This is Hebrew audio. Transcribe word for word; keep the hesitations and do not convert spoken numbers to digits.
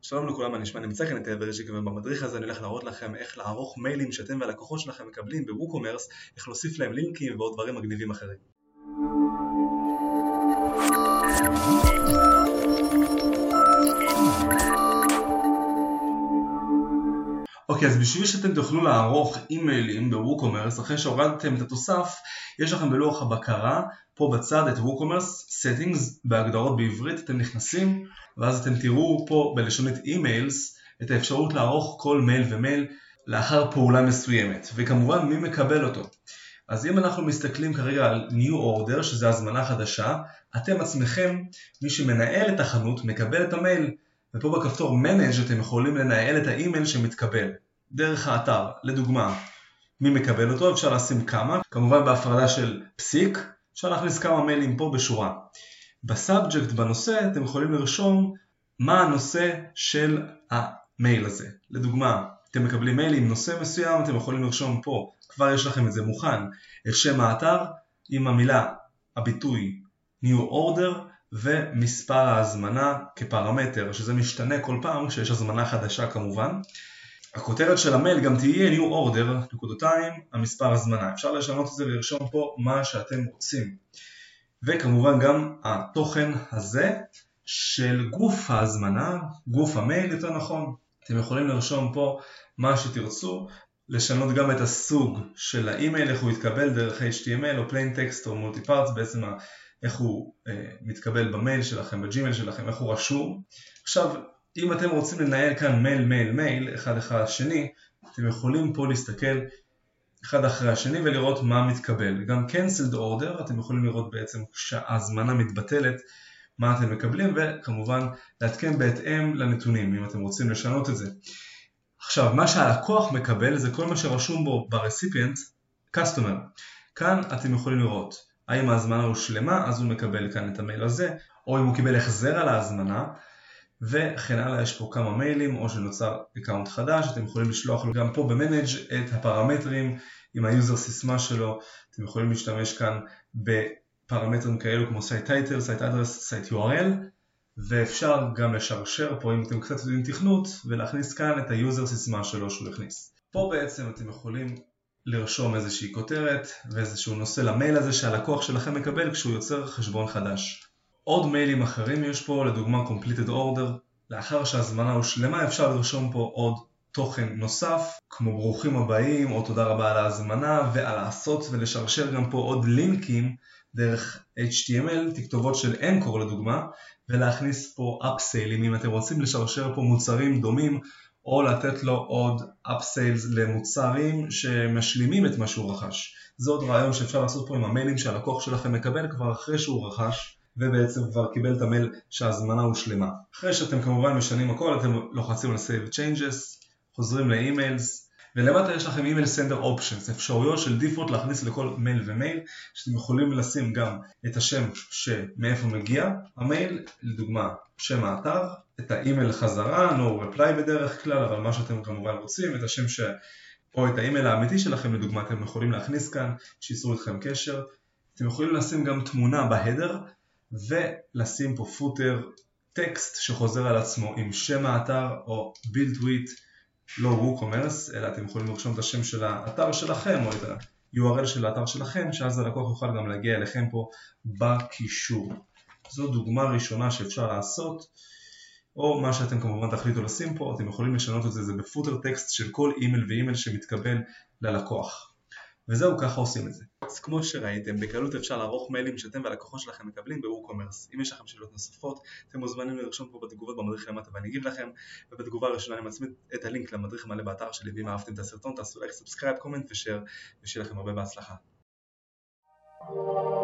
שלום לכולם, אני נשמע נמצא כאן את אברג'יק, ובמדריך הזה אני הולך להראות לכם איך לערוך מיילים שאתם והלקוחות שלכם מקבלים בווקומרס, איך להוסיף להם לינקים ועוד דברים מגניבים אחרים. אוקיי, אז בשביל שאתם תוכלו לערוך אימיילים בווקומרס, אחרי שהורדתם את התוסף, יש לכם בלוח הבקרה, פה בצד את ווקומרס Settings, בהגדרות בעברית אתם נכנסים, ואז אתם תראו פה בלשונית אימיילס, את האפשרות לערוך כל מייל ומייל לאחר פעולה מסוימת, וכמובן מי מקבל אותו. אז אם אנחנו מסתכלים כרגע על New Order, שזה הזמנה חדשה, אתם עצמכם, מי שמנהל את החנות, מקבל את המייל, ופה בכפתור Manage אתם יכולים לנהל את האימייל שמתקבל, דרך האתר. לדוגמה, מי מקבל אותו? אפשר לשים כמה, כמובן בהפרדה של פסיק, אפשר להכניס כמה מיילים פה בשורה. בסאבג'קט בנושא אתם יכולים לרשום מה הנושא של המייל הזה. לדוגמה, אתם מקבלים מייל עם נושא מסוים, אתם יכולים לרשום פה, כבר יש לכם את זה מוכן, את שם האתר עם המילה, הביטוי New Order ומספר ההזמנה כפרמטר, שזה משתנה כל פעם כשיש הזמנה חדשה כמובן. הכותרת של המייל גם תהיה New Order, נקודותיים, המספר הזמנה. אפשר לשנות את זה ולרשום פה מה שאתם רוצים. וכמובן גם התוכן הזה של גוף ההזמנה, גוף המייל יותר נכון. אתם יכולים לרשום פה מה שתרצו, לשנות גם את הסוג של האימייל, איך הוא יתקבל דרך H T M L או Plain Text או Multiparts, בעצם איך הוא אה, מתקבל במייל שלכם, בג'ימייל שלכם, איך הוא רשום. עכשיו, אם אתם רוצים לנהל כאן מייל, מייל, מייל, אחד אחרי השני, אתם יכולים פה להסתכל אחד אחרי השני ולראות מה מתקבל. גם Cancelled Order, אתם יכולים לראות בעצם כשההזמנה מתבטלת, מה אתם מקבלים, וכמובן לעדכן בהתאם לנתונים, אם אתם רוצים לשנות את זה. עכשיו, מה שהלקוח מקבל זה כל מה שרשום בו ברסיפיאנט, Customer. כאן אתם יכולים לראות, האם ההזמנה הוא שלמה, אז הוא מקבל כאן את המייל הזה, או אם הוא קיבל החזר על ההזמנה, וכן הלאה. יש פה כמה מיילים, או שנוצר אקאונט חדש, אתם יכולים לשלוח לו גם פה במנג' את הפרמטרים עם היוזר סיסמה שלו. אתם יכולים להשתמש כאן בפרמטרים כאלו כמו site title, site address, site U R L, ואפשר גם לשרשר פה אם אתם קצת יודעים תכנות, ולהכניס כאן את היוזר סיסמה שלו שהוא הכניס. פה בעצם אתם יכולים לרשום איזושהי כותרת ואיזשהו נושא למייל הזה שהלקוח שלכם מקבל כשהוא יוצר חשבון חדש. עוד מיילים אחרים יש פה, לדוגמה Completed Order, לאחר שההזמנה הושלמה אפשר לרשום פה עוד תוכן נוסף, כמו ברוכים הבאים או תודה רבה על ההזמנה, ועל לעשות ולשרשר גם פה עוד לינקים דרך H T M L, תכתובות של Anchor לדוגמה, ולהכניס פה אפסיילים אם אתם רוצים לשרשר פה מוצרים דומים, או לתת לו עוד אפסיילס למוצרים שמשלימים את מה שהוא רכש. זה עוד רעיון שאפשר לעשות פה עם המיילים שהלקוח שלכם מקבל כבר אחרי שהוא רכש, ובעצם כבר קיבל את המייל שההזמנה הושלמה. אחרי שאתם כמובן משנים הכל, אתם לוחצים על Save Changes, חוזרים לאימיילס, ולמטה יש לכם אימייל Sender Options, אפשרויות של דיפולט להכניס לכל מייל ומייל, שאתם יכולים לשים גם את השם שמאיפה מגיע המייל, לדוגמה שם האתר, את האימייל חזרה, no reply בדרך כלל, אבל מה שאתם כמובן רוצים, את השם ש... או את האימייל האמיתי שלכם, לדוגמה אתם יכולים להכניס כאן, שיצרו איתכם קשר. אתם יכולים לשים גם תמונה בהדר, ולשים פה פוטר טקסט שחוזר על עצמו עם שם האתר או build with, לא ווקומרס, אלא אתם יכולים לרשום את השם של האתר שלכם או את ה-U R L של האתר שלכם, שאז הלקוח יוכל גם להגיע אליכם פה בקישור. זו דוגמה ראשונה שאפשר לעשות, או מה שאתם כמובן תחליטו לשים פה, אתם יכולים לשנות את זה, זה בפוטר טקסט של כל אימייל ואימייל שמתקבל ללקוח. וזהו, ככה עושים את זה. אז כמו שראיתם, בקלות אפשר לערוך מיילים שאתם והלקוחות שלכם מקבלים בווקומרס. אם יש לכם שאלות נוספות, אתם מוזמנים לרשום פה בתגובות במדריך למטה ואני אגיב לכם, ובתגובה הראשונה אני מצמיד את הלינק למדריך מלא באתר שלי, ואם אהבתם את הסרטון תעשו לייק, סאבסקרייב, קומנט ושאר, ושיהיה לכם הרבה בהצלחה.